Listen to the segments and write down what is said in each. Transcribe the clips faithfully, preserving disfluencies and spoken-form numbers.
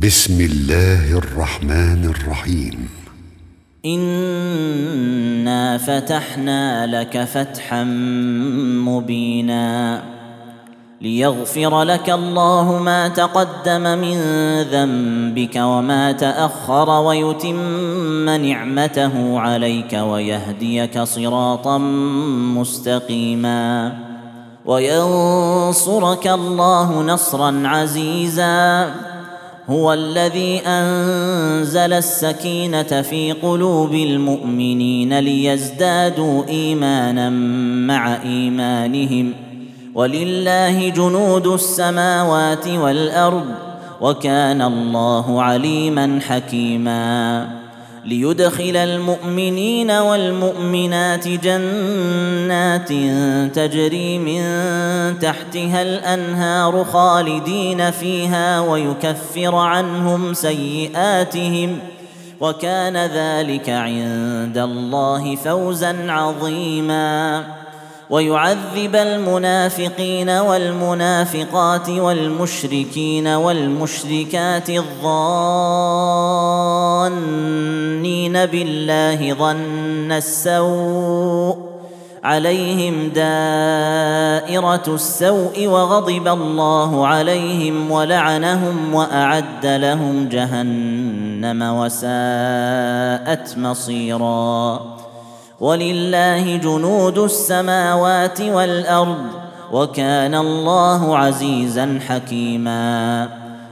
بسم الله الرحمن الرحيم. إنا فتحنا لك فتحا مبينا ليغفر لك الله ما تقدم من ذنبك وما تأخر ويتم نعمته عليك ويهديك صراطا مستقيما وينصرك الله نصرا عزيزا. هو الذي أنزل السكينة في قلوب المؤمنين ليزدادوا إيمانا مع إيمانهم ولله جنود السماوات والأرض وكان الله عليما حكيما. ليدخل المؤمنين والمؤمنات جنات تجري من تحتها الأنهار خالدين فيها ويكفر عنهم سيئاتهم وكان ذلك عند الله فوزا عظيما. ويعذب المنافقين والمنافقات والمشركين والمشركات الظانين بالله ظن السوء عليهم دائرة السوء وغضب الله عليهم ولعنهم وأعد لهم جهنم وساءت مصيرا. ولله جنود السماوات والأرض وكان الله عزيزا حكيما.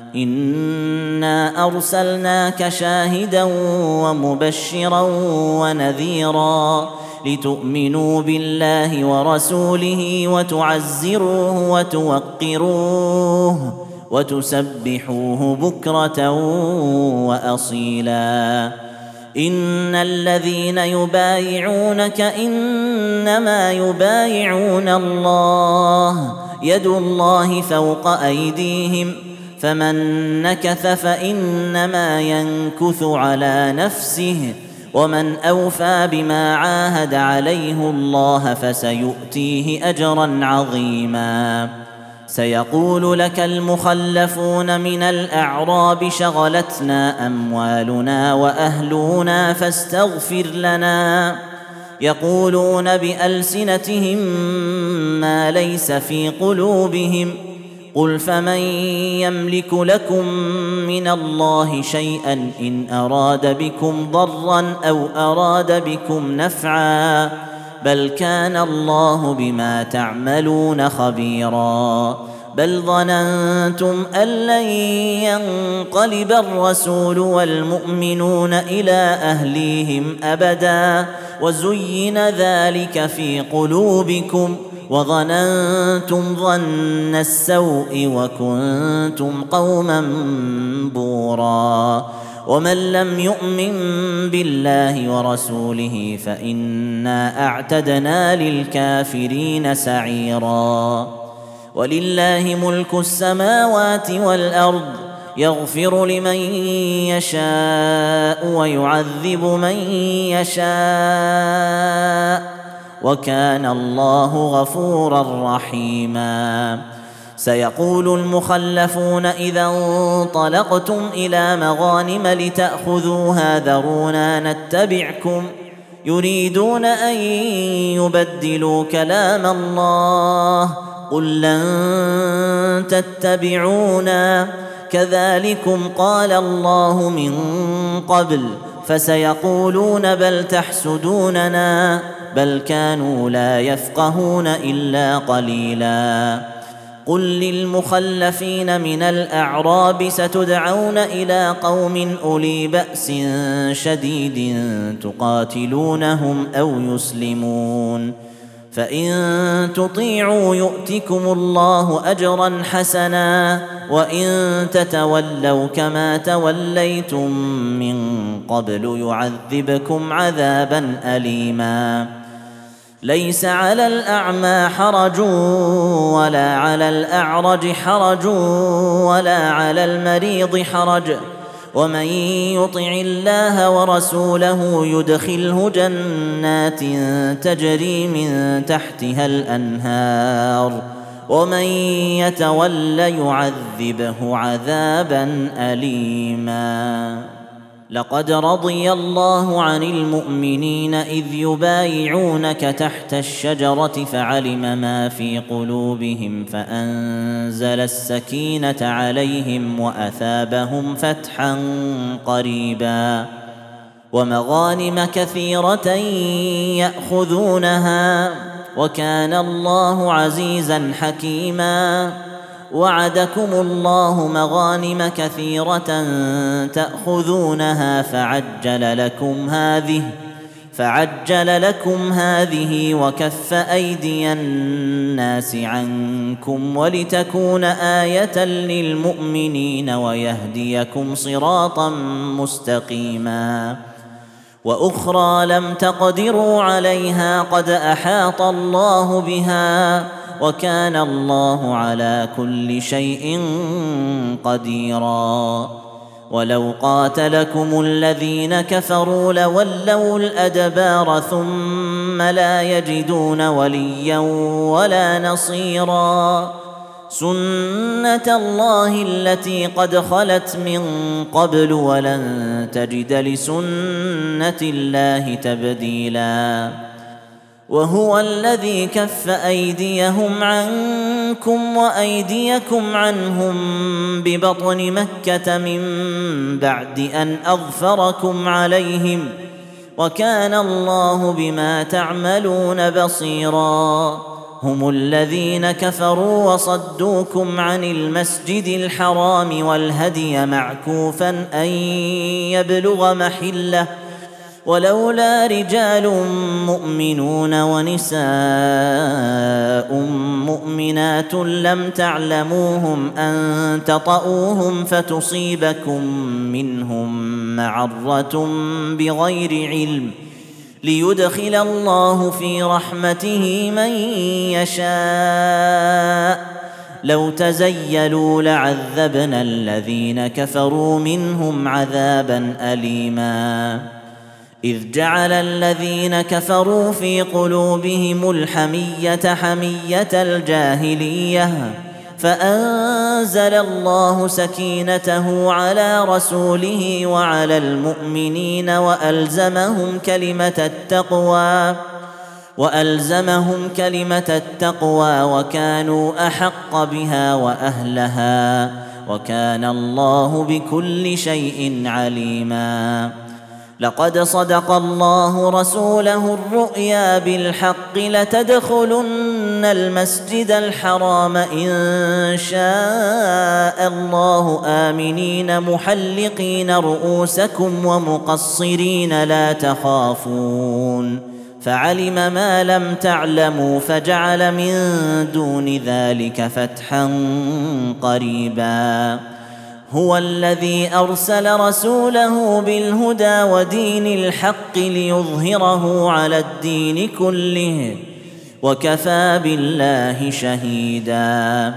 إنا أرسلناك شاهدا ومبشرا ونذيرا لتؤمنوا بالله ورسوله وتعزروه وتوقروه وتسبحوه بكرة وأصيلا. إن الذين يبايعونك إنما يبايعون الله يد الله فوق أيديهم فمن نكث فإنما ينكث على نفسه ومن أوفى بما عاهد عليه الله فسيؤتيه أجرا عظيما. سيقول لك المخلفون من الأعراب شغلتنا أموالنا وأهلنا فاستغفر لنا يقولون بألسنتهم ما ليس في قلوبهم قل فمن يملك لكم من الله شيئا إن أراد بكم ضرا أو أراد بكم نفعا بل كان الله بما تعملون خبيرا. بل ظننتم أن لن ينقلب الرسول والمؤمنون إلى أهليهم أبدا وزين ذلك في قلوبكم وظننتم ظن السوء وكنتم قوما بورا. ومن لم يؤمن بالله ورسوله فإنا أعتدنا للكافرين سعيرا. ولله ملك السماوات والأرض يغفر لمن يشاء ويعذب من يشاء وكان الله غفورا رحيما. سيقول المخلفون إذا انطلقتم إلى مغانم لتأخذوها ذرونا نتبعكم يريدون أن يبدلوا كلام الله قل لن تتبعونا كذلكم قال الله من قبل فسيقولون بل تحسدوننا بل كانوا لا يفقهون إلا قليلا. قل للمخلفين من الأعراب ستدعون إلى قوم أولي بأس شديد تقاتلونهم أو يسلمون فإن تطيعوا يؤتكم الله أجرا حسنا وإن تتولوا كما توليتم من قبل يعذبكم عذابا أليما. ليس على الأعمى حرج ولا على الأعرج حرج ولا على المريض حرج ومن يطع الله ورسوله يدخله جنات تجري من تحتها الأنهار ومن يتول يعذبه عذابا أليما. لقد رضي الله عن المؤمنين إذ يبايعونك تحت الشجرة فعلم ما في قلوبهم فأنزل السكينة عليهم وأثابهم فتحا قريبا ومغانم كثيرة يأخذونها وكان الله عزيزا حكيما. وعدكم الله مغانم كثيرة تأخذونها فعجل لكم هذه فعجل لكم هذه وكف أيدي الناس عنكم ولتكون آية للمؤمنين ويهديكم صراطا مستقيما. وأخرى لم تقدروا عليها قد أحاط الله بها وكان الله على كل شيء قديرا. ولو قاتلكم الذين كفروا لولوا الأدبار ثم لا يجدون وليا ولا نصيرا. سنة الله التي قد خلت من قبل ولن تجد لسنة الله تبديلا. وهو الذي كف أيديهم عنكم وأيديكم عنهم ببطن مكة من بعد أن أظفركم عليهم وكان الله بما تعملون بصيرا. هم الذين كفروا وصدوكم عن المسجد الحرام والهدي معكوفا أن يبلغ محله ولولا رجال مؤمنون ونساء مؤمنات لم تعلموهم أن تطؤوهم فتصيبكم منهم معرة بغير علم ليدخل الله في رحمته من يشاء. لو تزيلوا لعذبنا الذين كفروا منهم عذابا أليما. إذ جعل الذين كفروا في قلوبهم الحمية حمية الجاهلية فأنزل الله سكينته على رسوله وعلى المؤمنين وألزمهم كلمة التقوى وألزمهم كلمة التقوى وكانوا أحق بها وأهلها وكان الله بكل شيء عليما. لقد صدق الله رسوله الرؤيا بالحق لتدخلن المسجد الحرام إن شاء الله آمنين محلقين رؤوسكم ومقصرين لا تخافون فعلم ما لم تعلموا فجعل من دون ذلك فتحا قريبا. هو الذي أرسل رسوله بالهدى ودين الحق ليظهره على الدين كله وكفى بالله شهيدا.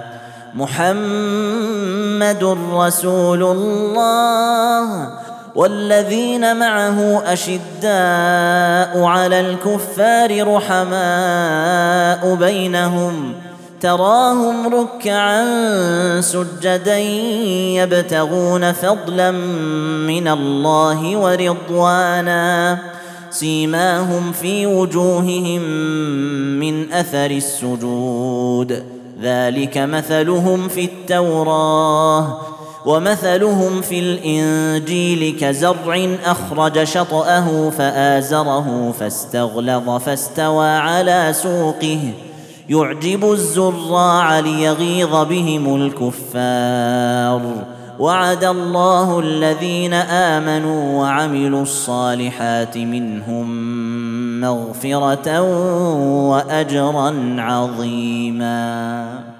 محمد رسول الله والذين معه أشداء على الكفار رحماء بينهم تراهم ركعا سجدا يبتغون فضلا من الله ورضوانا سيماهم في وجوههم من أثر السجود ذلك مثلهم في التوراة ومثلهم في الإنجيل كزرع أخرج شطأه فآزره فاستغلظ فاستوى على سوقه يعجب الزراع ليغيظ بهم الكفار. وعد الله الذين آمنوا وعملوا الصالحات منهم مغفرة وأجرا عظيما.